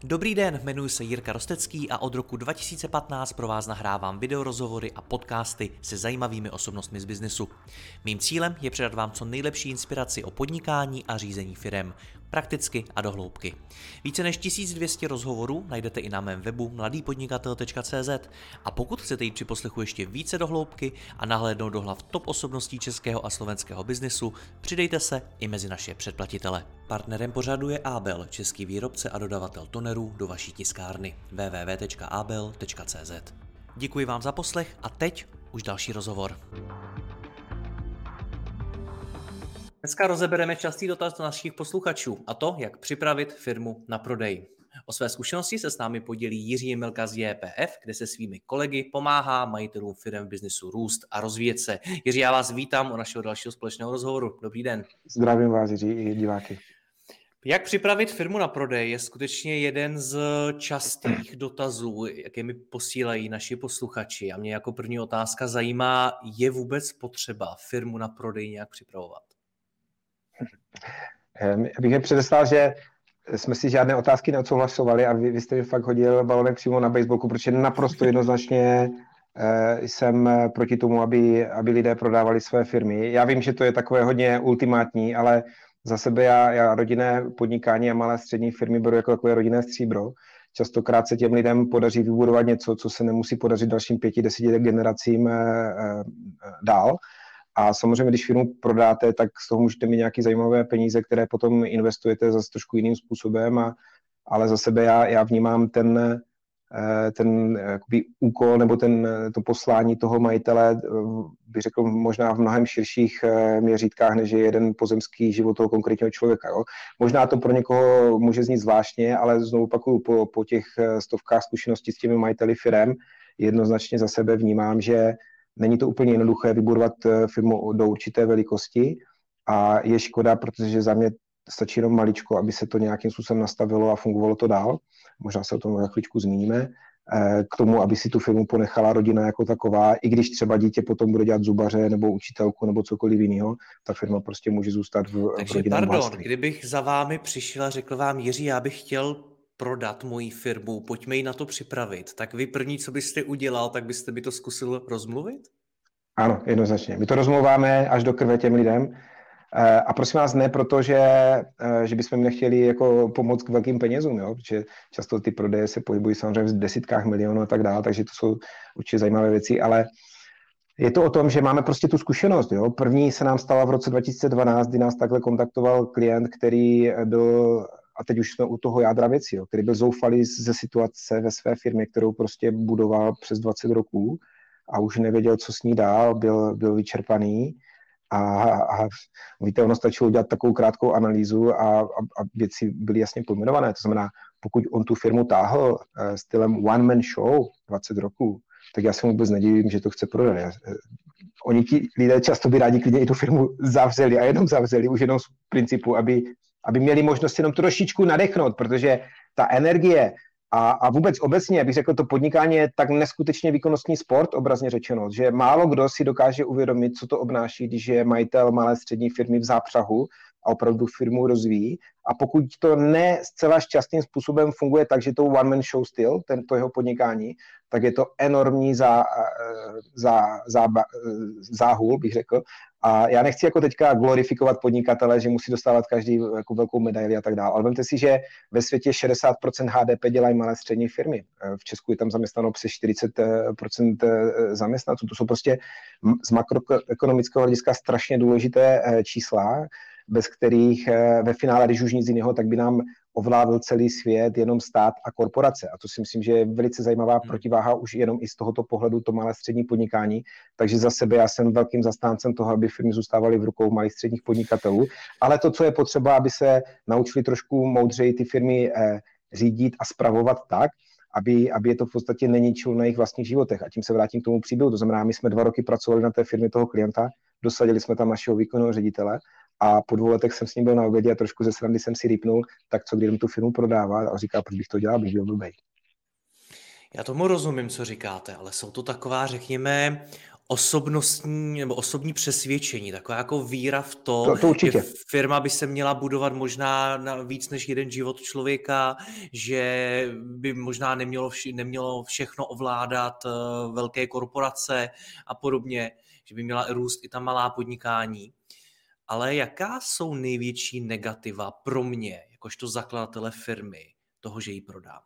Dobrý den, jmenuji se Jirka Rostecký a od roku 2015 pro vás nahrávám videorozhovory a podcasty se zajímavými osobnostmi z biznesu. Mým cílem je předat vám co nejlepší inspiraci o podnikání a řízení firem, prakticky a do hloubky. Více než 1200 rozhovorů najdete i na mém webu mladýpodnikatel.cz a pokud chcete jít při poslechu ještě více do hloubky a nahlédnout do hlav top osobností českého a slovenského biznesu, přidejte se i mezi naše předplatitele. Partnerem pořadu je Abel, český výrobce a dodavatel tonerů do vaší tiskárny www.abel.cz. Děkuji vám za poslech a teď už další rozhovor. Dneska rozebereme častý dotaz našich posluchačů, a to, jak připravit firmu na prodej. O své zkušenosti se s námi podělí Jiří Jemilka z JPF, kde se svými kolegy pomáhá majitelům firem v biznesu růst a rozvíjet se. Jiří, já vás vítám u našeho dalšího společného rozhovoru. Dobrý den. Zdravím vás, Jiří, i diváky. Jak připravit firmu na prodej je skutečně jeden z častých dotazů, jaké mi posílají naši posluchači. A mě jako první otázka zajímá, je vůbec potřeba firmu na prodej nějak připravovat? Bych je předeslal, že jsme si žádné otázky neodsouhlasovali a vy jste mi fakt hodil balonek přímo na baseballku, protože naprosto jednoznačně jsem proti tomu, aby lidé prodávali své firmy. Já vím, že to je takové hodně ultimátní, ale za sebe já rodinné podnikání a malé střední firmy beru jako takové rodinné stříbro. Častokrát se těm lidem podaří vybudovat něco, co se nemusí podařit dalším 5-10 generacím dál. A samozřejmě, když firmu prodáte, tak z toho můžete mít nějaké zajímavé peníze, které potom investujete zase trošku jiným způsobem. Ale za sebe já vnímám ten jakoby úkol nebo to poslání toho majitele, bych řekl možná v mnohem širších měřítkách, než je jeden pozemský život toho konkrétního člověka. Jo. Možná to pro někoho může znít zvláštně, ale znovu opakuju, po těch stovkách zkušeností s těmi majiteli firem jednoznačně za sebe vnímám, že není to úplně jednoduché vybudovat firmu do určité velikosti a je škoda, protože za mě stačí jenom maličko, aby se to nějakým způsobem nastavilo a fungovalo to dál. Možná se o tom za chvíličku zmíníme. K tomu, aby si tu firmu ponechala rodina jako taková, i když třeba dítě potom bude dělat zubaře nebo učitelku nebo cokoliv jiného, ta firma prostě může zůstat v rodinném vlastní. Kdybych za vámi přišel a řekl vám, Jiří, já bych chtěl prodat moji firmu, pojďme ji na to připravit, tak vy první, co byste udělal, tak byste by to zkusil rozmluvit? Ano, jednoznačně. My to rozmluváme až do krve těm lidem. A prosím vás, ne proto, že bychom nechtěli jako pomoct k velkým penězům, jo? Protože často ty prodeje se pohybují samozřejmě v desítkách milionů a tak dále, takže to jsou určitě zajímavé věci, ale je to o tom, že máme prostě tu zkušenost. Jo? První se nám stala v roce 2012, kdy nás takhle kontaktoval klient, který byl, a teď už jsme u toho jádra věci, jo? Který byl zoufalý ze situace ve své firmě, kterou prostě budoval přes 20 roků a už nevěděl, co s ní dál, byl vyčerpaný. A víte, ono stačilo udělat takovou krátkou analýzu a věci byly jasně pojmenované. To znamená, pokud on tu firmu táhl stylem one man show 20 roků, tak já se vůbec nedivím, že to chce prodat. Oni ti lidé často by rádi klidně i tu firmu zavřeli a jenom zavřeli už jenom z principu, aby měli možnost jenom trošičku nadechnout, protože ta energie a vůbec obecně, bych řekl, to podnikání je tak neskutečně výkonnostní sport, obrazně řečeno, že málo kdo si dokáže uvědomit, co to obnáší, když je majitel malé střední firmy v zápřahu a opravdu firmu rozvíjí. A pokud to ne zcela šťastným způsobem funguje tak, že to one man show styl, to jeho podnikání, tak je to enormní záhul, bych řekl. A já nechci jako teďka glorifikovat podnikatele, že musí dostávat každý jako velkou medaili a tak dále. Ale vemte si, že ve světě 60% HDP dělají malé střední firmy. V Česku je tam zaměstnáno přes 40% zaměstnanců. To jsou prostě z makroekonomického hlediska strašně důležité čísla, bez kterých ve finále, když už nic jiného, tak by nám ovládl celý svět jenom stát a korporace. A to si myslím, že je velice zajímavá protiváha už jenom i z tohoto pohledu to malé střední podnikání. Takže za sebe já jsem velkým zastáncem toho, aby firmy zůstávaly v rukou malých středních podnikatelů. Ale to, co je potřeba, aby se naučili trošku moudřeji ty firmy řídit a spravovat tak, aby je to v podstatě neníčilo na jejich vlastních životech. A tím se vrátím k tomu příběhu. To znamená, my jsme 2 roky pracovali na té firmě toho klienta, dosadili jsme tam našeho výkonného ředitele a po 2 letech jsem s ním byl na obědě a trošku ze srandy jsem si rýpnul, tak co když tu firmu prodává, a říká, proč bych to dělal, bych byl blbej. Já tomu rozumím, co říkáte, ale jsou to taková, řekněme, osobnostní nebo osobní přesvědčení, taková jako víra v to, To že určitě. firma by se měla budovat možná na víc než jeden život člověka, že by možná nemělo všechno ovládat velké korporace a podobně, že by měla růst i ta malá podnikání. Ale jaká jsou největší negativa pro mě, jakožto zakladatele firmy, toho, že ji prodám?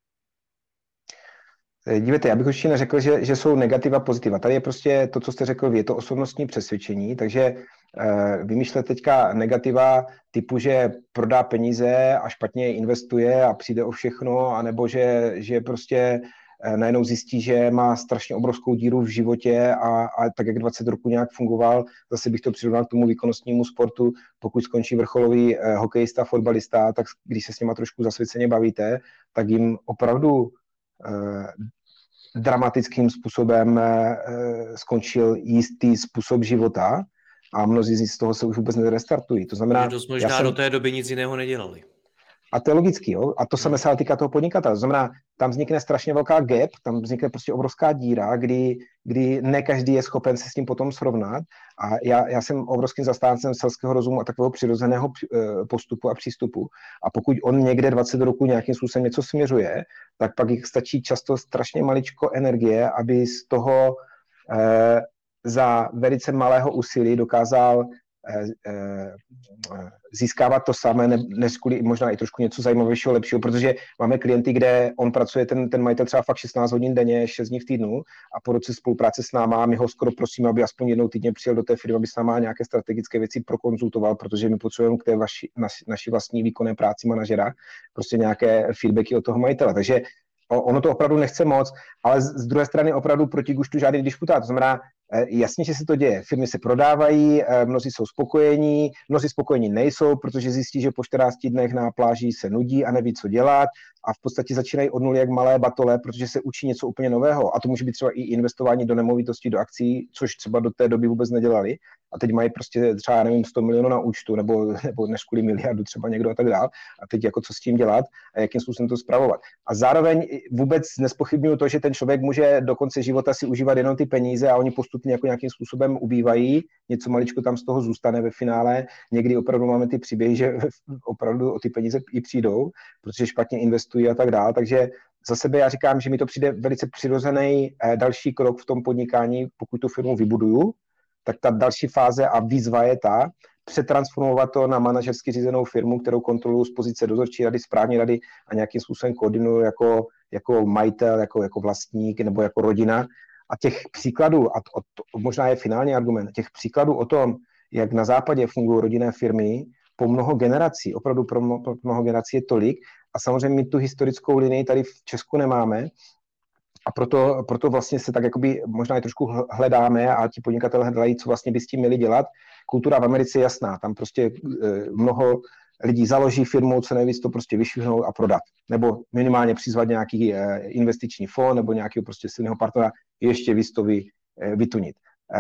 Dívejte, já bych určitě neřekl, že jsou negativa, pozitiva. Tady je prostě to, co jste řekl, je to osobnostní přesvědčení, takže vymýšlet teďka negativa typu, že prodá peníze a špatně je investuje a přijde o všechno, anebo že prostě najednou zjistí, že má strašně obrovskou díru v životě a tak, jak 20 roku nějak fungoval, zase bych to přirovnal k tomu výkonnostnímu sportu, pokud skončí vrcholový hokejista, fotbalista, tak když se s nima trošku zasvěceně bavíte, tak jim opravdu dramatickým způsobem skončil jistý způsob života a mnozí z toho se už vůbec nerestartují. To znamená, dost možná do té doby nic jiného nedělali. A to je logický, jo? A to samé se týká toho podnikatele. To znamená, tam vznikne strašně velká gap, tam vznikne prostě obrovská díra, kdy ne každý je schopen se s tím potom srovnat. A já jsem obrovským zastáncem selského rozumu a takového přirozeného postupu a přístupu. A pokud on někde 20 roku nějakým způsobem něco směřuje, tak pak jich stačí často strašně maličko energie, aby z toho za velice malého úsilí dokázal získávat to samé, než možná i trošku něco zajímavějšího, lepšího, protože máme klienty, kde on pracuje, ten majitel třeba fakt 16 hodin denně, 6 dní v týdnu a po roce spolupráce s náma, my ho skoro prosíme, aby aspoň jednou týdně přijel do té firmy, aby s náma nějaké strategické věci prokonzultoval, protože my potřebujeme k té naší vlastní výkonné práci manažera prostě nějaké feedbacky od toho majitele. Takže ono to opravdu nechce moc, ale z druhé strany opravdu proti guštu žádný disputát. To znamená, jasně, že se to děje. Firmy se prodávají, mnozí jsou spokojení, mnozí spokojení nejsou, protože zjistí, že po 14 dnech na pláži se nudí a neví, co dělat a v podstatě začínají od nuly jak malé batole, protože se učí něco úplně nového. A to může být třeba i investování do nemovitostí, do akcí, což třeba do té doby vůbec nedělali. A teď mají prostě třeba, nevím, 100 milionů na účtu nebo než kvůli miliardu třeba někdo a tak dál. A teď jako co s tím dělat a jakým způsobem to spravovat. A zároveň vůbec nespochybnuju to, že ten člověk může do konce života si užívat jenom ty peníze a oni postupně jako nějakým způsobem ubývají, něco maličko tam z toho zůstane ve finále. Někdy opravdu máme ty příběhy, že opravdu o ty peníze i přijdou, protože špatně investují a tak dál. Takže za sebe já říkám, že mi to přijde velice přirozený další krok v tom podnikání, pokud tu firmu vybuduju, tak ta další fáze a výzva je ta, přetransformovat to na manažersky řízenou firmu, kterou kontroluji z pozice dozorčí rady, správní rady a nějakým způsobem koordinuju jako majitel, jako vlastník nebo jako rodina. A těch příkladů, a to možná je finální argument, těch příkladů o tom, jak na západě fungují rodinné firmy po mnoho generací, opravdu pro mnoho generací je tolik. A samozřejmě my tu historickou linii tady v Česku nemáme. A proto vlastně se tak jakoby možná i trošku hledáme a ti podnikatelé hledají, co vlastně by s tím měli dělat. Kultura v Americe je jasná, tam prostě mnoho lidí založí firmu, co nejvíc to prostě vyšvihnout a prodat. Nebo minimálně přizvat nějaký investiční fond nebo nějakého prostě silného partnera, ještě víc to vytunit.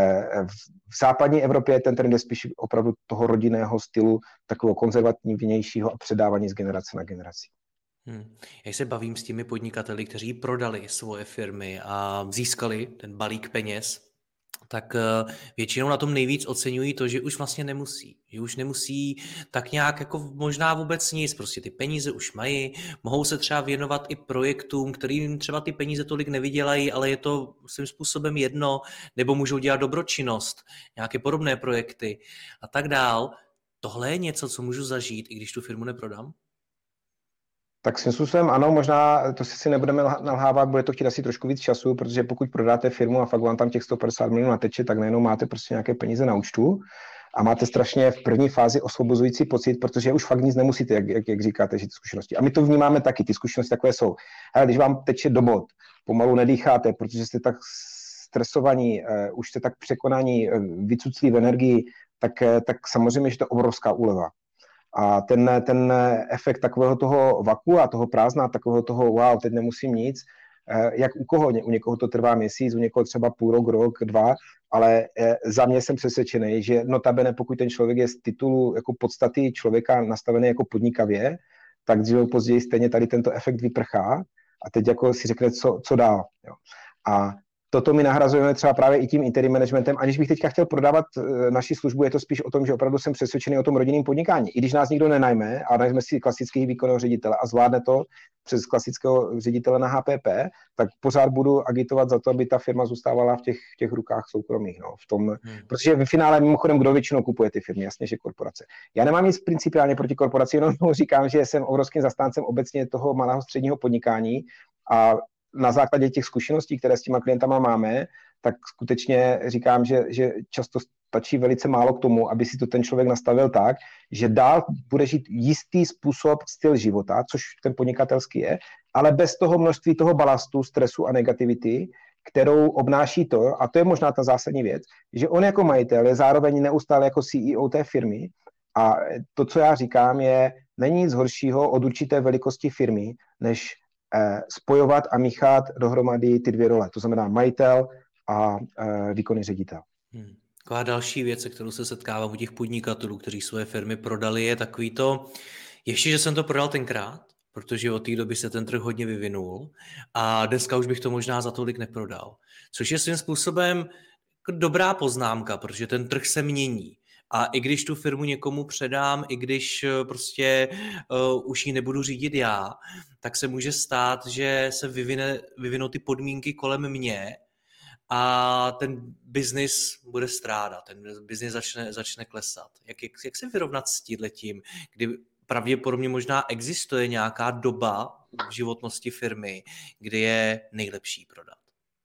V západní Evropě ten trend je spíš opravdu toho rodinného stylu, takového konzervativnějšího a předávání z generace na generaci. Já se bavím s těmi podnikateli, kteří prodali svoje firmy a získali ten balík peněz, tak většinou na tom nejvíc oceňují to, že už vlastně nemusí. Že už nemusí tak nějak jako možná vůbec nic. Prostě ty peníze už mají, mohou se třeba věnovat i projektům, kterým třeba ty peníze tolik nevydělají, ale je to svým způsobem jedno, nebo můžou dělat dobročinnost, nějaké podobné projekty a tak dál. Tohle je něco, co můžu zažít, i když tu firmu neprodám? Tak svým způsobem ano, možná to si nebudeme nalhávat, bude to chtít asi trošku víc času, protože pokud prodáte firmu a fakt vám tam těch 150 milionů nateče, tak najednou máte prostě nějaké peníze na účtu a máte strašně v první fázi osvobozující pocit, protože už fakt nic nemusíte, jak říkáte, že ty zkušenosti. A my to vnímáme taky, ty zkušenosti takové jsou. Ale když vám teče do bod, pomalu nedýcháte, protože jste tak stresovaní, už jste tak překonaní, vycuclí v energii, tak samozřejmě, že to je obrovská úleva. A ten efekt takového toho vakua, toho prázdna, takového toho wow, teď nemusím nic, jak u koho, u někoho to trvá měsíc, u někoho třeba půl rok, rok, 2, ale za mě jsem přesvědčený, že notabene, pokud ten člověk je z titulu jako podstaty člověka nastavený jako podnikavě, tak dříve později stejně tady tento efekt vyprchá a teď jako si řekne, co dál. Jo. A toto my nahrazujeme třeba právě i tím interim managementem. Aniž bych teďka chtěl prodávat naši službu, je to spíš o tom, že opravdu jsem přesvědčený o tom rodinném podnikání. I když nás nikdo nenajme a najme si klasického výkonného ředitele a zvládne to přes klasického ředitele na HPP, tak pořád budu agitovat za to, aby ta firma zůstávala v těch rukách soukromých. No, protože v finále mimochodem, kdo většinou kupuje ty firmy, jasně, že korporace. Já nemám nic principiálně proti korporaci, jenom říkám, že jsem obrovským zastáncem obecně toho malého středního podnikání a na základě těch zkušeností, které s těma klientama máme, tak skutečně říkám, že často stačí velice málo k tomu, aby si to ten člověk nastavil tak, že dál bude žít jistý způsob, styl života, což ten podnikatelský je, ale bez toho množství toho balastu, stresu a negativity, kterou obnáší to, a to je možná ta zásadní věc, že on jako majitel je zároveň neustále jako CEO té firmy a to, co já říkám, není nic horšího od určité velikosti firmy, než spojovat a míchat dohromady ty dvě role, to znamená majitel a výkonný ředitel. Taková další věc, se kterou se setkávám u těch podnikatelů, kteří svoje firmy prodali, je takový to, ještě, že jsem to prodal tenkrát, protože od té doby se ten trh hodně vyvinul a dneska už bych to možná za tolik neprodal. Což je svým způsobem dobrá poznámka, protože ten trh se mění. A i když tu firmu někomu předám, i když prostě už ji nebudu řídit já, tak se může stát, že se vyvinou ty podmínky kolem mě a ten biznis bude strádat, ten biznis začne klesat. Jak se vyrovnat s tímhletím, kdy pravděpodobně možná existuje nějaká doba v životnosti firmy, kdy je nejlepší prodat?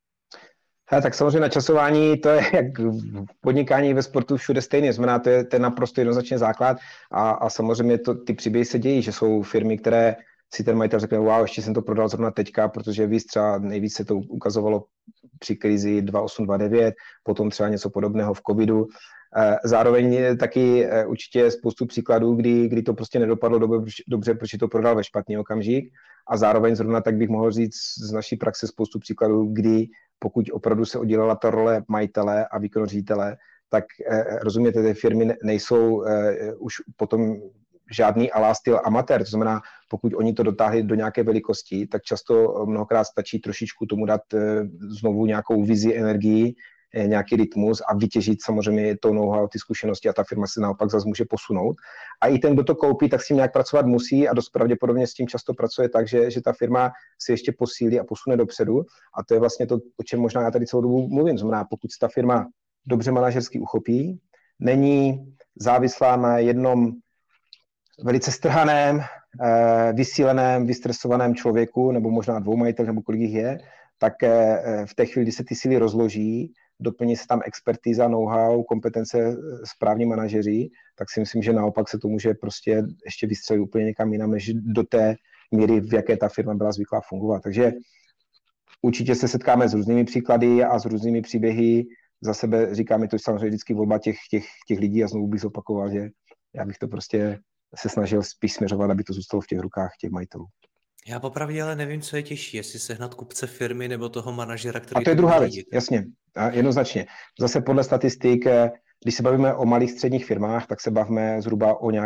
Tak samozřejmě načasování, to je jak v podnikání ve sportu všude stejně, znamená, to je naprosto jednoznačně základ a samozřejmě ty příběhy se dějí, že jsou firmy, které si ten majitel řekne, wow, ještě jsem to prodal zrovna teďka, protože víc třeba nejvíc se to ukazovalo při krizi 2008-2009, potom třeba něco podobného v covidu. Zároveň taky určitě spoustu příkladů, kdy to prostě nedopadlo dobře, protože to prodal ve špatný okamžik a zároveň zrovna tak bych mohl říct z naší praxe spoustu příkladů, kdy pokud opravdu se oddělala ta role majitele a výkonného ředitele, tak rozumíte, ty firmy nejsou už potom žádný alá styl amatér, to znamená, pokud oni to dotáhli do nějaké velikosti, tak často mnohokrát stačí trošičku tomu dát znovu nějakou vizi, energii, nějaký rytmus a vytěžit samozřejmě to know-how, ty zkušenosti a ta firma se naopak zase může posunout. A i ten, kdo to koupí, tak s tím nějak pracovat musí a dost pravděpodobně s tím často pracuje tak, že ta firma se ještě posílí a posune dopředu a to je vlastně to, o čem možná já tady celou dobu mluvím. Znamená, pokud se ta firma dobře manažersky uchopí, není závislá na jednom velice strhaném, vysíleném, vystresovaném člověku, nebo možná dvou majitelů, nebo kolik jich je, tak v té chvíli, kdy se ty síly rozloží, doplní se tam expertíza, know-how, kompetence správní manažeři, tak si myslím, že naopak se to může prostě ještě vystřelit úplně někam jinam, než do té míry, v jaké ta firma byla zvyklá fungovat. Takže určitě se setkáme s různými příklady a s různými příběhy. Za sebe říkáme, to je samozřejmě vždycky volba těch lidí a znovu bych zopakoval, že já bych to prostě se snažil spíš směřovat, aby to zůstalo v těch rukách těch majitelů. Já popravdě ale nevím, co je těžší, jestli sehnat kupce firmy nebo toho manažera, který... A to je druhá věc, jasně, a jednoznačně. Zase podle statistik, když se bavíme o malých středních firmách, tak se bavíme zhruba o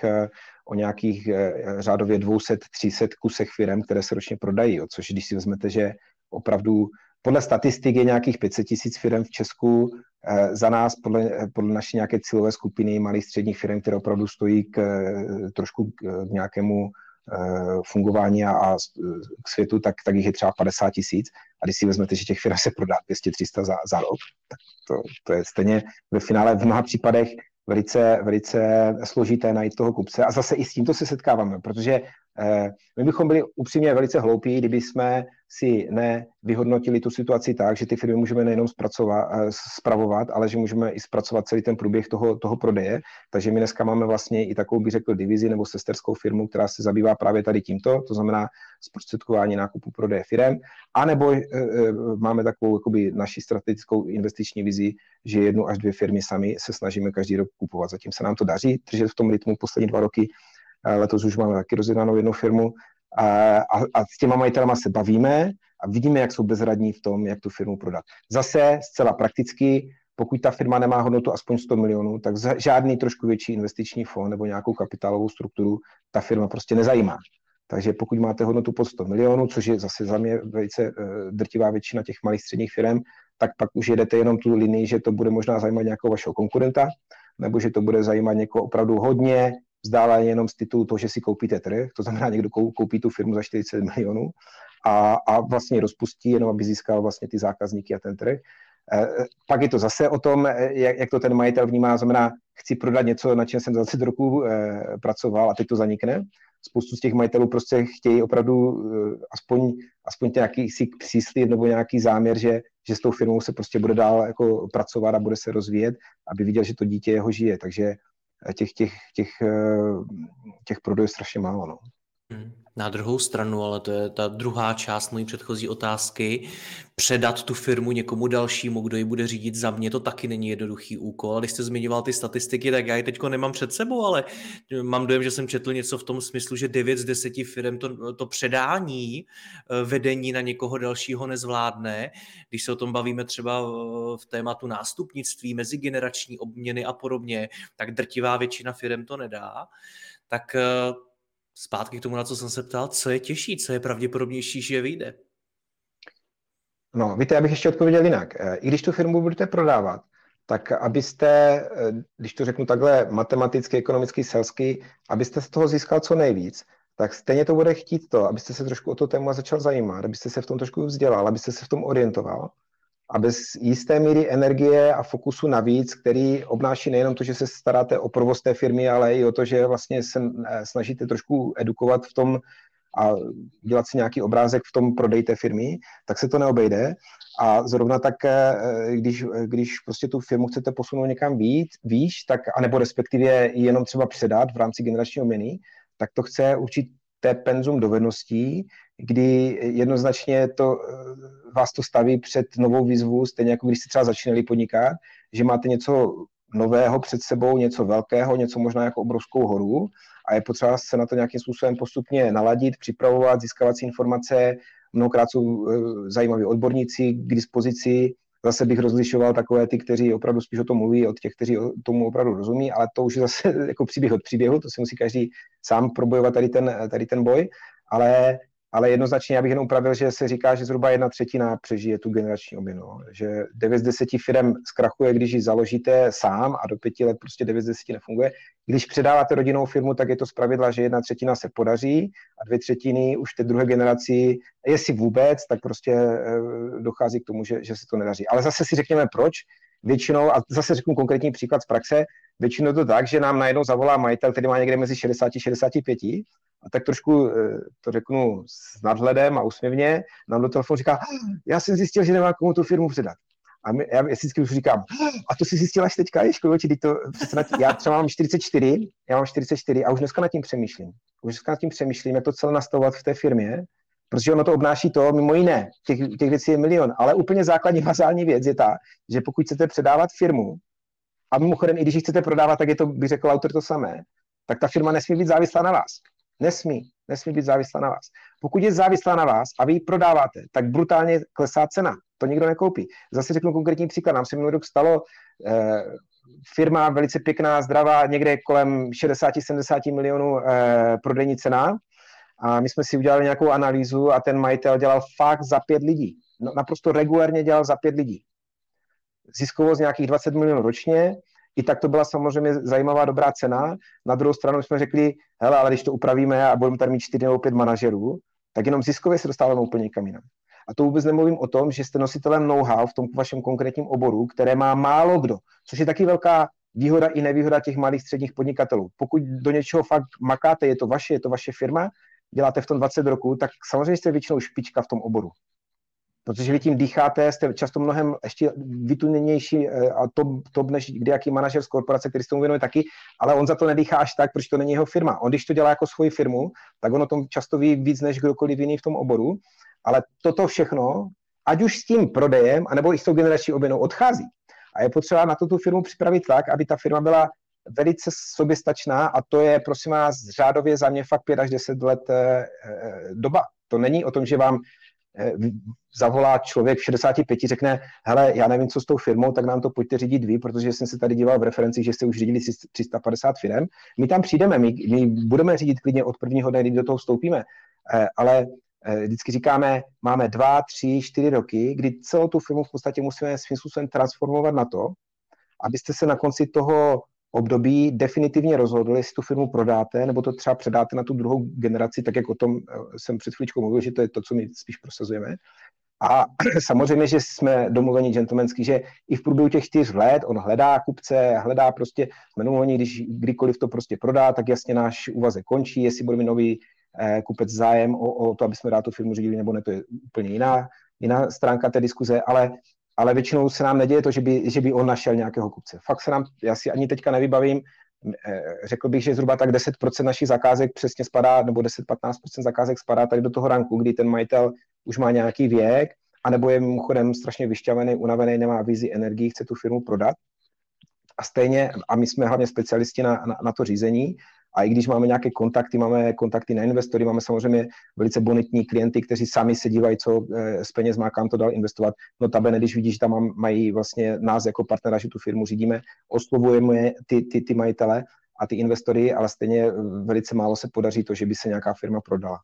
nějakých řádově 200-300 kusech firm, které se ročně prodají, což když si vezmete, že opravdu podle statistik je nějakých 500 000 firm v Česku, za nás podle naší nějaké cílové skupiny malých středních firm, které opravdu stojí trošku k nějakému fungování a k světu, tak jich je třeba 50 000. A když si vezmete, že těch firm se prodá 200-300 za rok, tak to je stejně ve finále v mnoha případech velice, velice složité najít toho kupce. A zase i s tímto se setkáváme, protože my bychom byli upřímně velice hloupí, kdyby jsme si nevyhodnotili tu situaci tak, že ty firmy můžeme nejenom spravovat, ale že můžeme i zpracovat celý ten průběh toho prodeje. Takže my dneska máme vlastně i takovou, bych řekl, divizi nebo sesterskou firmu, která se zabývá právě tady tímto, to znamená zprostředkování nákupu prodeje firem, anebo máme takovou jakoby naši strategickou investiční vizi, že 1 až 2 firmy sami se snažíme každý rok kupovat. Zatím se nám to daří držet v tom rytmu poslední 2 roky. Letos už máme taky rozjednanou 1 firmu a s těma majitelama se bavíme a vidíme, jak jsou bezradní v tom, jak tu firmu prodat. Zase zcela prakticky, pokud ta firma nemá hodnotu aspoň 100 milionů, tak žádný trošku větší investiční fond nebo nějakou kapitálovou strukturu ta firma prostě nezajímá. Takže pokud máte hodnotu pod 100 milionů, což je zase za mě velice drtivá většina těch malých středních firm, tak pak už jedete jenom tu linii, že to bude možná zajímat nějakého vašeho konkurenta, nebo že to bude zajímat někoho opravdu hodně vzdáleně jenom z titulu toho, že si koupíte trh, to znamená, někdo koupí tu firmu za 40 milionů a vlastně rozpustí, jenom aby získal vlastně ty zákazníky a ten trh. Pak je to zase o tom, jak to ten majitel vnímá, znamená, chci prodat něco, na čem jsem za 20 roků pracoval a teď to zanikne. Spoustu z těch majitelů prostě chtějí opravdu aspoň nějaký si příslib nebo nějaký záměr, že s tou firmou se prostě bude dál jako pracovat a bude se rozvíjet, aby viděl, že to dítě jeho žije. Takže těch prodejů je strašně málo. No. Na druhou stranu, ale to je ta druhá část mojí předchozí otázky, předat tu firmu někomu dalšímu, kdo ji bude řídit za mě, to taky není jednoduchý úkol. A když jste zmiňoval ty statistiky, tak já ji teďko nemám před sebou, ale mám dojem, že jsem četl něco v tom smyslu, že 9 z 10 firm to předání vedení na někoho dalšího nezvládne. Když se o tom bavíme třeba v tématu nástupnictví, mezigenerační obměny a podobně, tak drtivá většina firm to nedá. Tak zpátky k tomu, na co jsem se ptal, co je těžší, co je pravděpodobnější, že vyjde? No, víte, já bych ještě odpověděl jinak. I když tu firmu budete prodávat, tak abyste, když to řeknu takhle matematicky, ekonomicky, selsky, abyste z toho získal co nejvíc, tak stejně to bude chtít to, abyste se trošku o to téma začal zajímat, abyste se v tom trošku vzdělal, abyste se v tom orientoval a bez jisté míry energie a fokusu navíc, který obnáší nejenom to, že se staráte o provoz té firmy, ale i o to, že vlastně se snažíte trošku edukovat v tom a dělat si nějaký obrázek v tom prodeji té firmy, tak se to neobejde. A zrovna tak, když prostě tu firmu chcete posunout někam výš, tak, anebo respektive jenom třeba předat v rámci generačního měny, tak to chce určité penzum dovedností, kdy jednoznačně vás to staví před novou výzvu, stejně jako když jste třeba začínali podnikat, že máte něco nového před sebou, něco velkého, něco možná jako obrovskou horu a je potřeba se na to nějakým způsobem postupně naladit, připravovat, získávat si informace. Mnohokrát jsou zajímaví odborníci k dispozici. Zase bych rozlišoval takové ty, kteří opravdu spíš o tom mluví, od těch, kteří tomu opravdu rozumí, ale to už je zase jako příběh od příběhu, to si musí každý sám probojovat tady ten boj, ale jednoznačně já bych jenom upravil, že se říká, že zhruba 1/3 přežije tu generační obměnu. Že 9 z 10 firm zkrachuje, když ji založíte sám a do 5 let prostě 9 z 10 nefunguje. Když předáváte rodinnou firmu, tak je to zpravidla, že 1/3 se podaří a 2/3 už té druhé generaci, jestli vůbec, tak prostě dochází k tomu, že se to nedaří. Ale zase si řekněme proč. Většinou, a zase řeknu konkrétní příklad z praxe, většinou to tak, že nám najednou zavolá majitel, který má někde mezi 60 a 65 a tak trošku to řeknu s nadhledem a úsměvně, nám do telefonu říká, já jsem zjistil, že nemá komu tu firmu předat. A já vždycky už říkám, a to si zjistil až teďka, já třeba mám 44 a už dneska nad tím přemýšlím, jak to celé nastavovat v té firmě, protože ono to obnáší to, mimo jiné, těch věcí je milion, ale úplně základní bazální věc je ta, že pokud chcete předávat firmu, a mimochodem, i když ji chcete prodávat, tak je to, by řekl autor, to samé, tak ta firma nesmí být závislá na vás. Nesmí být závislá na vás. Pokud je závislá na vás a vy ji prodáváte, tak brutálně klesá cena. To nikdo nekoupí. Zase řeknu konkrétní příklad. Nám se minulý rok stalo firma velice pěkná, zdravá, někde kolem 60-70 milionů prodejní cena. A my jsme si udělali nějakou analýzu a ten majitel dělal fakt za 5 lidí. No, naprosto regulérně dělal za 5 lidí. Ziskovost nějakých 20 milionů ročně. I tak to byla samozřejmě zajímavá, dobrá cena. Na druhou stranu jsme řekli, hele, ale když to upravíme a budeme tady mít 4 nebo 5 manažerů, tak jenom ziskově se dostáváme úplně někam jinam. A to vůbec nemluvím o tom, že jste nositelem know-how v tom vašem konkrétním oboru, které má málo kdo, což je taky velká výhoda i nevýhoda těch malých středních podnikatelů. Pokud do něčeho fakt makáte, je to vaše firma, děláte v tom 20 roků, tak samozřejmě jste většinou špička v tom oboru. Protože vy tím dýcháte, jste často mnohem ještě vytuněnější a top než kdejaký manažer z korporace, který s tomu věnuje taky, ale on za to nedýchá až tak, protože to není jeho firma. On když to dělá jako svoji firmu, tak on o tom často ví víc než kdokoliv jiný v tom oboru, ale toto všechno, ať už s tím prodejem, anebo i s tou generační obměnou odchází. A je potřeba na tu firmu připravit tak, aby ta firma byla velice soběstačná a to je, prosím vás, řádově za mě fakt 5 až 10 let doba. To není o tom, že vám zavolá člověk v 65, řekne, hele, já nevím, co s tou firmou, tak nám to pojďte řídit vy, protože jsem se tady díval v referenci, že jste už řídili 350 firem. My tam přijdeme, my budeme řídit klidně od prvního dne, kdy do toho vstoupíme, Ale vždycky říkáme, máme 2, 3, 4 roky, kdy celou tu firmu v podstatě musíme svým způsobem transformovat na to, abyste se na konci toho období definitivně rozhodli, jestli tu firmu prodáte, nebo to třeba předáte na tu druhou generaci, tak jak o tom jsem před chvíličkou mluvil, že to je to, co my spíš prosazujeme. A samozřejmě, že jsme domluveni gentlemanský, že i v průběhu těch 4 let on hledá kupce, hledá prostě, jsme domluveni, když kdykoliv to prostě prodá, tak jasně náš úvazek končí, jestli bude mít nový kupec zájem o to, aby jsme dál tu firmu řídili, nebo ne, to je úplně jiná stránka té diskuze, ale většinou se nám neděje to, že by on našel nějakého kupce. Fakt se nám, já si ani teďka nevybavím, řekl bych, že zhruba tak 10% našich zakázek přesně spadá, nebo 10-15% zakázek spadá tady do toho ranku, kdy ten majitel už má nějaký věk, anebo je mimochodem strašně vyšťavený, unavený, nemá vizi, energii, chce tu firmu prodat. A stejně, a my jsme hlavně specialisti na to řízení, a i když máme nějaké kontakty, máme kontakty na investory, máme samozřejmě velice bonitní klienty, kteří sami se dívají, co s penězma, kam to dál investovat. Notabene, když vidíš, že tam mají vlastně nás jako partnera, že tu firmu řídíme, oslovujeme ty majitele a ty investory, ale stejně velice málo se podaří to, že by se nějaká firma prodala.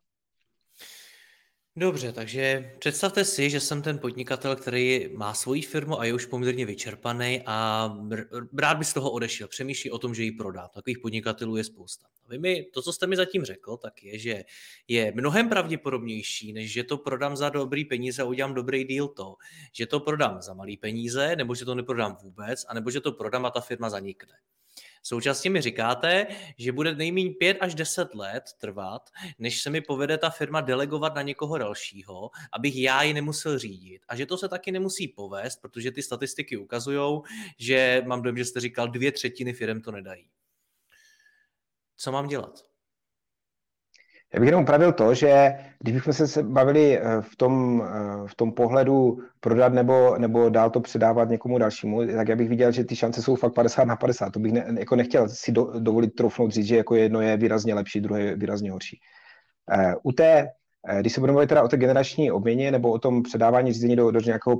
Dobře, takže představte si, že jsem ten podnikatel, který má svoji firmu a je už poměrně vyčerpaný a rád by z toho odešel. Přemýšlí o tom, že ji prodá. Takových podnikatelů je spousta. To, co jste mi zatím řekl, tak je, že je mnohem pravděpodobnější, než že to prodám za dobrý peníze a udělám dobrý deal to, že to prodám za malý peníze, nebo že to neprodám vůbec, anebo že to prodám a ta firma zanikne. Současně mi říkáte, že bude nejméně 5 až 10 let trvat, než se mi povede ta firma delegovat na někoho dalšího, abych já ji nemusel řídit. A že to se taky nemusí povést, protože ty statistiky ukazují, že mám dojem, že jste říkal, 2/3 firem to nedají. Co mám dělat? Já bych jenom upravil to, že když bychom se bavili v tom pohledu prodat nebo dál to předávat někomu dalšímu, tak já bych viděl, že ty šance jsou fakt 50/50. To bych jako nechtěl si dovolit troufnout říct, že jako jedno je výrazně lepší, druhé je výrazně horší. Když se budeme mluvit teda o té generační obměně nebo o tom předávání řízení do nějakého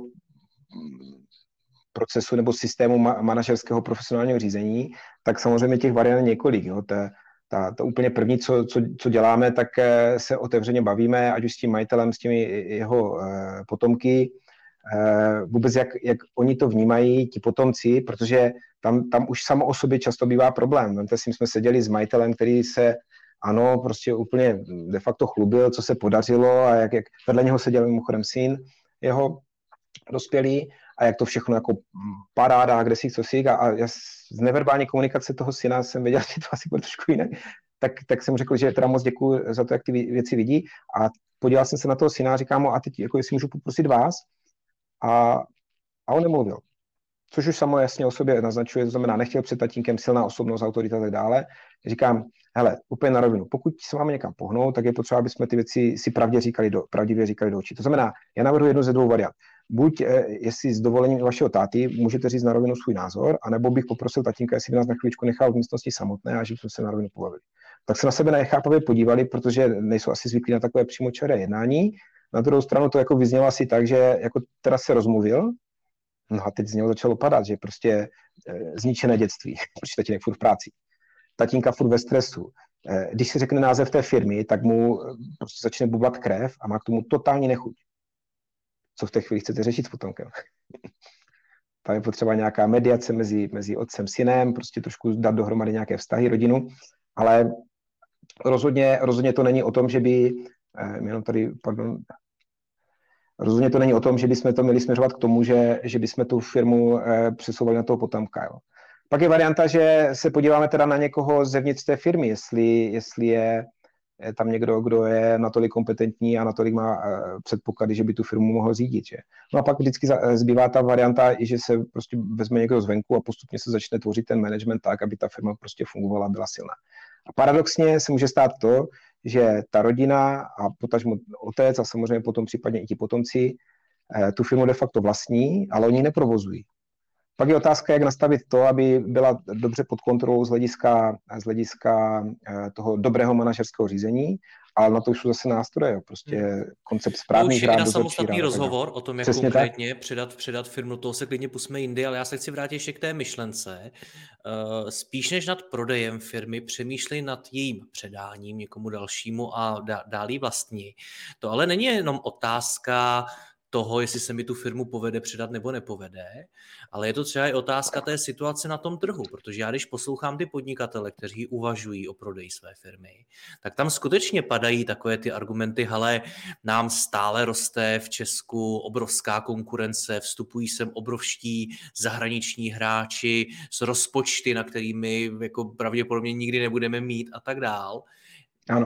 procesu nebo systému manažerského profesionálního řízení, tak samozřejmě těch variant několik. Jo. To úplně první, co děláme, tak se otevřeně bavíme, ať už s tím majitelem, s těmi jeho potomky, vůbec jak oni to vnímají, ti potomci, protože tam už samo o sobě často bývá problém. Vemte si, jsme seděli s majitelem, který se prostě úplně de facto chlubil, co se podařilo a jak vedle něho seděl mimochodem syn jeho dospělý a jak to všechno jako paráda, kde si, co si a já z neverbální komunikace toho syna jsem věděl, že to asi bude trošku jinak, tak jsem řekl, že teda moc děkuji za to, jak ty věci vidí a podíval jsem se na toho syna a říkám mu, a teď jako jestli můžu poprosit vás a on nemluvil. Což už samo jasně o sobě naznačuje, to znamená, nechtěl před tatínkem, silná osobnost, autorita a tak dále. Říkám, hele, úplně na rovinu, pokud se máme někam pohnout, tak je potřeba, aby jsme ty věci si pravdivě říkali do očí. To znamená, já navrhuji jednu ze dvou variant. Buď, jestli s dovolením vašeho táty můžete říct na rovinu svůj názor, anebo bych poprosil tatínka, jestli by nás na chvíličku nechal v místnosti samotné a že bychom se na rovinu pobavili. Tak se na sebe nechápavě podívali, protože nejsou asi zvyklí na takové přímočaré jednání. Na druhou stranu to jako vyznělo asi tak, že jako teda se rozmluvil. No a teď z něho začalo padat, že prostě zničené dětství, protože tatínek furt v práci. Tatínka furt ve stresu. Když se řekne název té firmy, tak mu prostě začne bublat krev a má k tomu totální nechuť. Co v té chvíli chcete řešit s potomkem? Tam je potřeba nějaká mediace mezi otcem a synem, prostě trošku dát dohromady nějaké vztahy, rodinu, ale rozhodně to není o tom, že by, rozhodně to není o tom, že bychom to měli směřovat k tomu, že bychom tu firmu přesouvali na toho potomka. Jo. Pak je varianta, že se podíváme teda na někoho zevnitř té firmy, jestli je tam někdo, kdo je natolik kompetentní a natolik má předpoklady, že by tu firmu mohl řídit. Že? No a pak vždycky zbývá ta varianta, že se prostě vezme někdo zvenku a postupně se začne tvořit ten management tak, aby ta firma prostě fungovala a byla silná. A paradoxně se může stát to, že ta rodina a potažmo otec a samozřejmě potom případně i ti potomci tu firmu de facto vlastní, ale oni ji neprovozují. Pak je otázka, jak nastavit to, aby byla dobře pod kontrolou z hlediska toho dobrého manažerského řízení ale na to už jsou zase nástroje, jo. Prostě koncept správných řád, řád, na dozorčí samostatný řád. rozhovor o tom, jak Přesně konkrétně předat firmu, toho se klidně pusme jindy, ale já se chci vrátit ještě k té myšlence. Spíš než nad prodejem firmy, přemýšlej nad jejím předáním někomu dalšímu a dál jí vlastní. To ale není jenom otázka toho, jestli se mi tu firmu povede předat nebo nepovede, ale je to třeba i otázka té situace na tom trhu, protože já když poslouchám ty podnikatele, kteří uvažují o prodeji své firmy, tak tam skutečně padají takové ty argumenty, hele, nám stále roste v Česku obrovská konkurence, vstupují sem obrovští zahraniční hráči s rozpočty, na kterými jako pravděpodobně nikdy nebudeme mít a tak dál. Ano.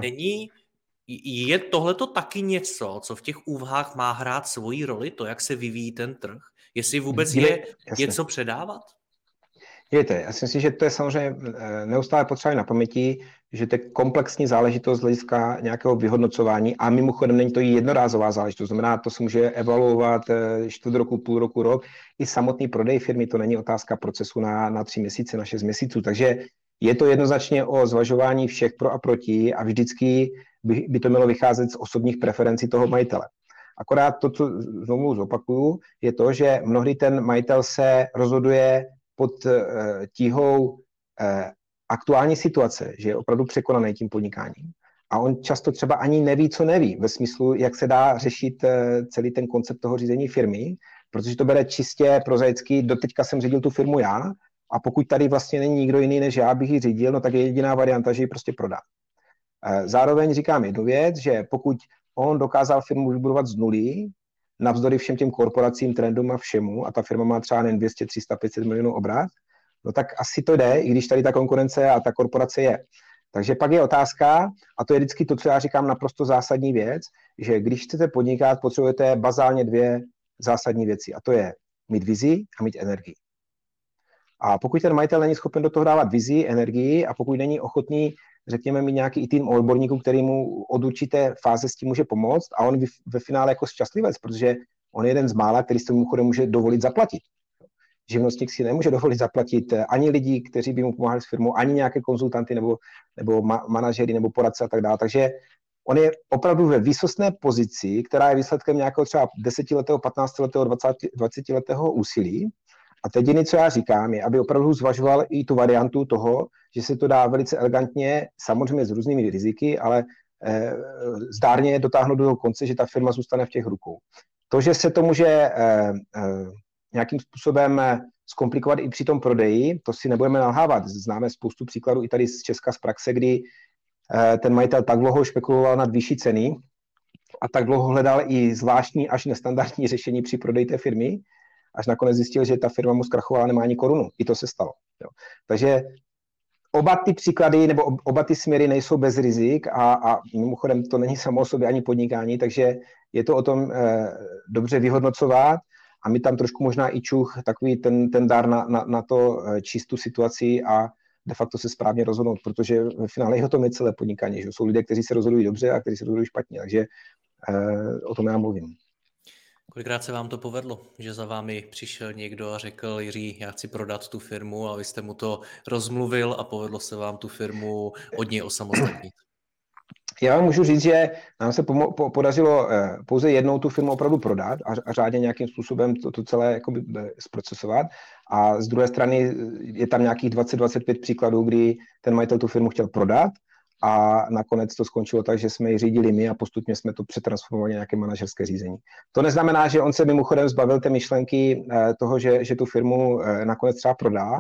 Je tohleto taky něco, co v těch úvahách má hrát svoji roli, to, jak se vyvíjí ten trh? Jestli vůbec je co předávat? Víte, já si myslím, že to je samozřejmě neustále potřeba na paměti, že to je komplexní záležitost z hlediska nějakého vyhodnocování a mimochodem není to jednorázová záležitost, znamená, to se může evaluovat čtvrt roku, půl roku, rok. I samotný prodej firmy, to není otázka procesu na 3 měsíce, na 6 měsíců, takže je to jednoznačně o zvažování všech pro a proti a vždycky by to mělo vycházet z osobních preferencí toho majitele. Akorát to, co znovu zopakuju, je to, že mnohdy ten majitel se rozhoduje pod tíhou aktuální situace, že je opravdu překonaný tím podnikáním. A on často třeba ani neví, co neví, ve smyslu, jak se dá řešit celý ten koncept toho řízení firmy, protože to bere čistě prozaicky, doteďka jsem řídil tu firmu já, a pokud tady vlastně není nikdo jiný, než já bych ji řídil, no tak je jediná varianta, že ji prostě prodá. Zároveň říkám jednu věc, že pokud on dokázal firmu vybudovat z nuly, navzdory všem těm korporacím, trendům a všemu, a ta firma má třeba jen 200, 300, 500 milionů obrat, no tak asi to jde, i když tady ta konkurence a ta korporace je. Takže pak je otázka, a to je vždycky to, co já říkám, naprosto zásadní věc, že když chcete podnikat, potřebujete bazálně 2 zásadní věci, a to je mít vizi a mít energii. A pokud ten majitel není schopen do toho dávat vizi, energii a pokud není ochotný, řekněme, mít nějaký i tým odborníků, který mu od určité fáze s tím může pomoct a on ve finále jako šťastlivec, protože on je jeden z mála, který si mimochodem může dovolit zaplatit. Živnostník si nemůže dovolit zaplatit ani lidi, kteří by mu pomáhali s firmou, ani nějaké konzultanty nebo manažery nebo poradce a tak dále. Takže on je opravdu ve výsostné pozici, která je výsledkem nějakého třeba 10letého, 15letého, 20letého úsilí. A teď jediné, co já říkám, je, aby opravdu zvažoval i tu variantu toho, že se to dá velice elegantně, samozřejmě s různými riziky, ale zdárně dotáhnout do toho konce, že ta firma zůstane v těch rukou. To, že se to může nějakým způsobem zkomplikovat i při tom prodeji, to si nebudeme nalhávat. Známe spoustu příkladů i tady z Česka z praxe, kdy ten majitel tak dlouho špekuloval nad výší ceny a tak dlouho hledal i zvláštní až nestandardní řešení při prodeji té firmy, až nakonec zjistil, že ta firma mu zkrachovala, nemá ani korunu. I to se stalo. Jo. Takže oba ty příklady nebo oba ty směry nejsou bez rizik a mimochodem to není samo o sobě ani podnikání, takže je to o tom dobře vyhodnocovat a my tam trošku možná i čuch, takový ten dár na to čistou situaci a de facto se správně rozhodnout, protože ve finále je o tom je celé podnikání. Že? Jsou lidé, kteří se rozhodují dobře a kteří se rozhodují špatně, takže o tom já mluvím. Kolikrát se vám to povedlo, že za vámi přišel někdo a řekl, Jiří, já chci prodat tu firmu a vy jste mu to rozmluvil a povedlo se vám tu firmu od něj osamostatnit? Já vám můžu říct, že nám se podařilo pouze jednou tu firmu opravdu prodat a řádně nějakým způsobem to celé jakoby zprocesovat. A z druhé strany je tam nějakých 20-25 příkladů, kdy ten majitel tu firmu chtěl prodat a nakonec to skončilo tak, že jsme ji řídili my a postupně jsme to přetransformovali na nějaké manažerské řízení. To neznamená, že on se mimochodem zbavil té myšlenky toho, že tu firmu nakonec třeba prodá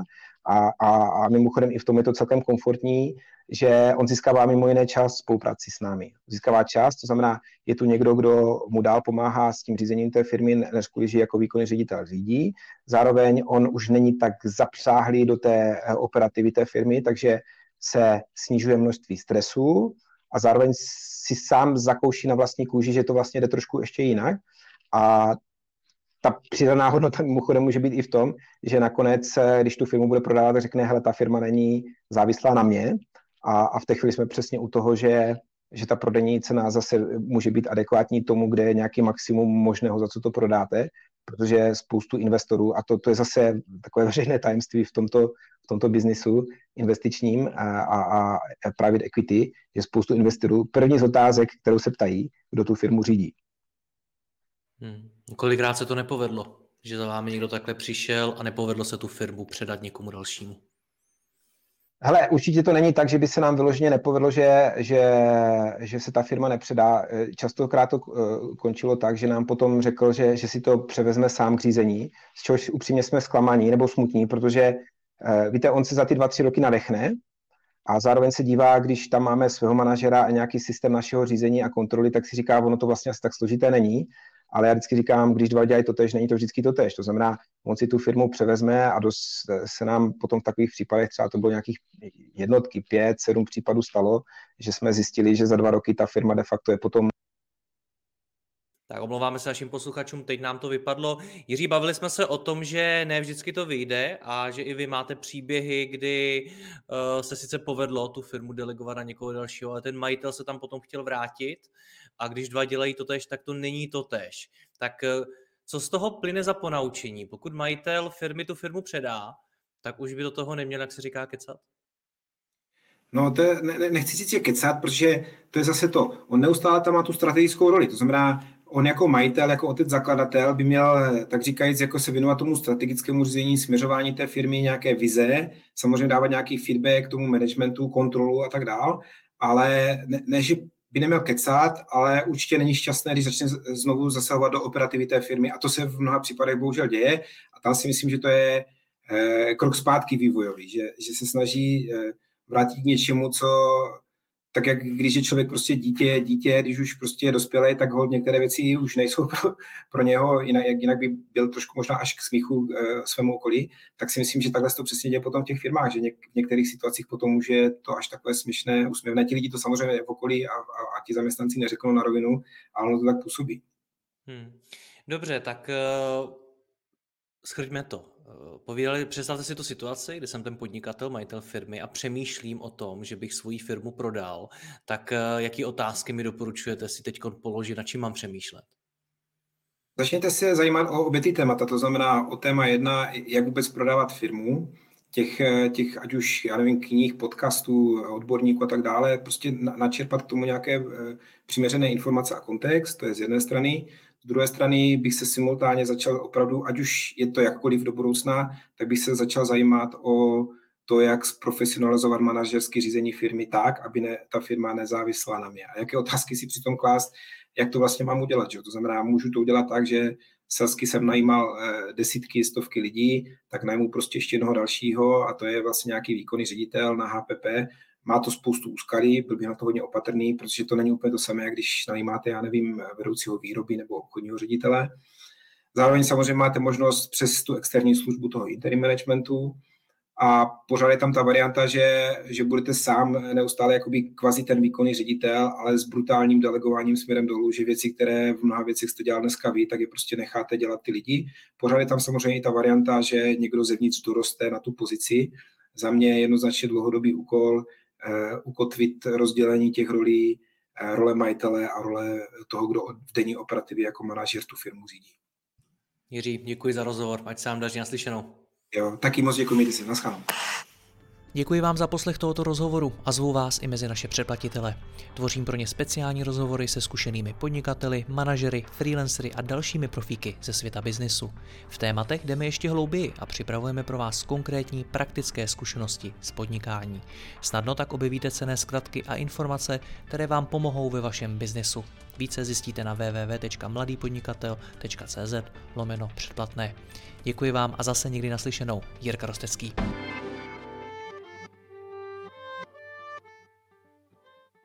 a mimochodem i v tom je to celkem komfortní, že on získává mimo jiné čas spolupráci s námi. Získává čas, to znamená, je tu někdo, kdo mu dál pomáhá s tím řízením té firmy, než když jako výkonný ředitel řídí. Zároveň on už není tak zapřáhlý do té operativy té firmy, takže se snižuje množství stresu a zároveň si sám zakouší na vlastní kůži, že to vlastně jde trošku ještě jinak. A ta přidaná hodnota mimochodem může být i v tom, že nakonec, když tu firmu bude prodávat, tak řekne, hele, ta firma není závislá na mě a v té chvíli jsme přesně u toho, že ta prodejní cena zase může být adekvátní tomu, kde je nějaký maximum možného, za co to prodáte, protože spoustu investorů, a to je zase takové veřejné tajemství v v tomto biznisu investičním a private equity, že spoustu investorů, první z otázek, kterou se ptají, kdo tu firmu řídí. Kolikrát se to nepovedlo, že za vámi někdo takhle přišel a nepovedlo se tu firmu předat někomu dalšímu? Hele, určitě to není tak, že by se nám vyloženě nepovedlo, že se ta firma nepředá. Častokrát to končilo tak, že nám potom řekl, že si to převezme sám k řízení, z čehož upřímně jsme zklamaní nebo smutní, protože víte, on se za ty 2-3 roky nadechne a zároveň se dívá, když tam máme svého manažera a nějaký systém našeho řízení a kontroly, tak si říká, ono to vlastně asi tak složité není. Ale já vždycky říkám, když dva dělají totéž, není to vždycky totéž. To znamená, on si tu firmu převezme a se nám potom v takových případech, třeba to bylo nějakých jednotky, 5-7 případů stalo, že jsme zjistili, že za 2 roky ta firma de facto je potom. Tak omlouváme se našim posluchačům, teď nám to vypadlo. Jiří, bavili jsme se o tom, že ne vždycky to vyjde a že i vy máte příběhy, kdy se sice povedlo tu firmu delegovat na někoho dalšího, ale ten majitel se tam potom chtěl vrátit a když dva dělají totéž, tak to není totéž. Tak co z toho plyne za ponaučení? Pokud majitel firmy tu firmu předá, tak už by do toho neměl, jak se říká, kecat? No, to nechci říct, že kecat, protože to je zase to. On neustále tam má tu strategickou roli. To znamená, on jako majitel, jako otec zakladatel by měl, tak říkajíc, jako se věnovat tomu strategickému řízení, směřování té firmy, nějaké vize, samozřejmě dávat nějaký feedback k tomu managementu, kontrolu a tak dál, ale ne, že by neměl kecat, ale určitě není šťastné, když začne znovu zasahovat do operativy té firmy a to se v mnoha případech bohužel děje a tam si myslím, že to je krok zpátky vývojový, že se snaží vrátit k něčemu, co tak jak když je člověk prostě dítě, když už prostě je dospělý, tak holt některé věci už nejsou pro něho, jinak by byl trošku možná až k smíchu svému okolí, tak si myslím, že takhle se to přesně děje potom v těch firmách, že v některých situacích potom může to až takové směšné, úsměvné. Ti lidi to samozřejmě v okolí a ti zaměstnanci neřeknou na rovinu, ale ono to tak působí. Dobře, tak shrňme to. Představte si tu situaci, kdy jsem ten podnikatel, majitel firmy a přemýšlím o tom, že bych svoji firmu prodal, tak jaký otázky mi doporučujete si teď položit, na čím mám přemýšlet? Začněte se zajímat o obě ty témata, to znamená o téma 1, jak vůbec prodávat firmu, těch ať už, já nevím, knih, podcastů, odborníků a tak dále, prostě načerpat k tomu nějaké přiměřené informace a kontext, to je z jedné strany. Z druhé strany bych se simultánně začal opravdu, ať už je to jakkoliv do budoucna, tak bych se začal zajímat o to, jak zprofesionalizovat manažerské řízení firmy tak, aby ta firma nezávisela na mě. A jaké otázky si přitom klást, jak to vlastně mám udělat. Že? To znamená, můžu to udělat tak, že selsky jsem najímal desítky, stovky lidí, tak najmu prostě ještě jednoho dalšího a to je vlastně nějaký výkonný ředitel na HPP. Má to spoustu úskalí, byl bych na to hodně opatrný, protože to není úplně to samé, když najímáte, já nevím, vedoucího výroby nebo obchodního ředitele. Zároveň samozřejmě máte možnost přes tu externí službu toho interim managementu a pořád je tam ta varianta, že budete sám neustále jakoby kvazi ten výkonný ředitel, ale s brutálním delegováním směrem dolů, že věci, které v mnoha věcech jste dělal dneska vy, tak je prostě necháte dělat ty lidi. Pořád je tam samozřejmě ta varianta, že někdo zevnitř doroste na tu pozici. Za mě je jednoznačně dlouhodobý úkol ukotvit rozdělení těch rolí, role majitele a role toho, kdo v denní operativě jako manažer tu firmu řídí. Jiří, děkuji za rozhovor, ať se vám daří, naslyšenou. Jo, taky moc děkuji, mějte si, naschledanou. Děkuji vám za poslech tohoto rozhovoru a zvu vás i mezi naše předplatitele. Tvořím pro ně speciální rozhovory se zkušenými podnikateli, manažery, freelancery a dalšími profíky ze světa biznisu. V tématech jdeme ještě hlouběji a připravujeme pro vás konkrétní praktické zkušenosti z podnikání. Snadno tak objevíte cenné zkratky a informace, které vám pomohou ve vašem biznisu. Více zjistíte na www.mladýpodnikatel.cz/předplatné. Děkuji vám a zase někdy naslyšenou. Jirka Rostecký.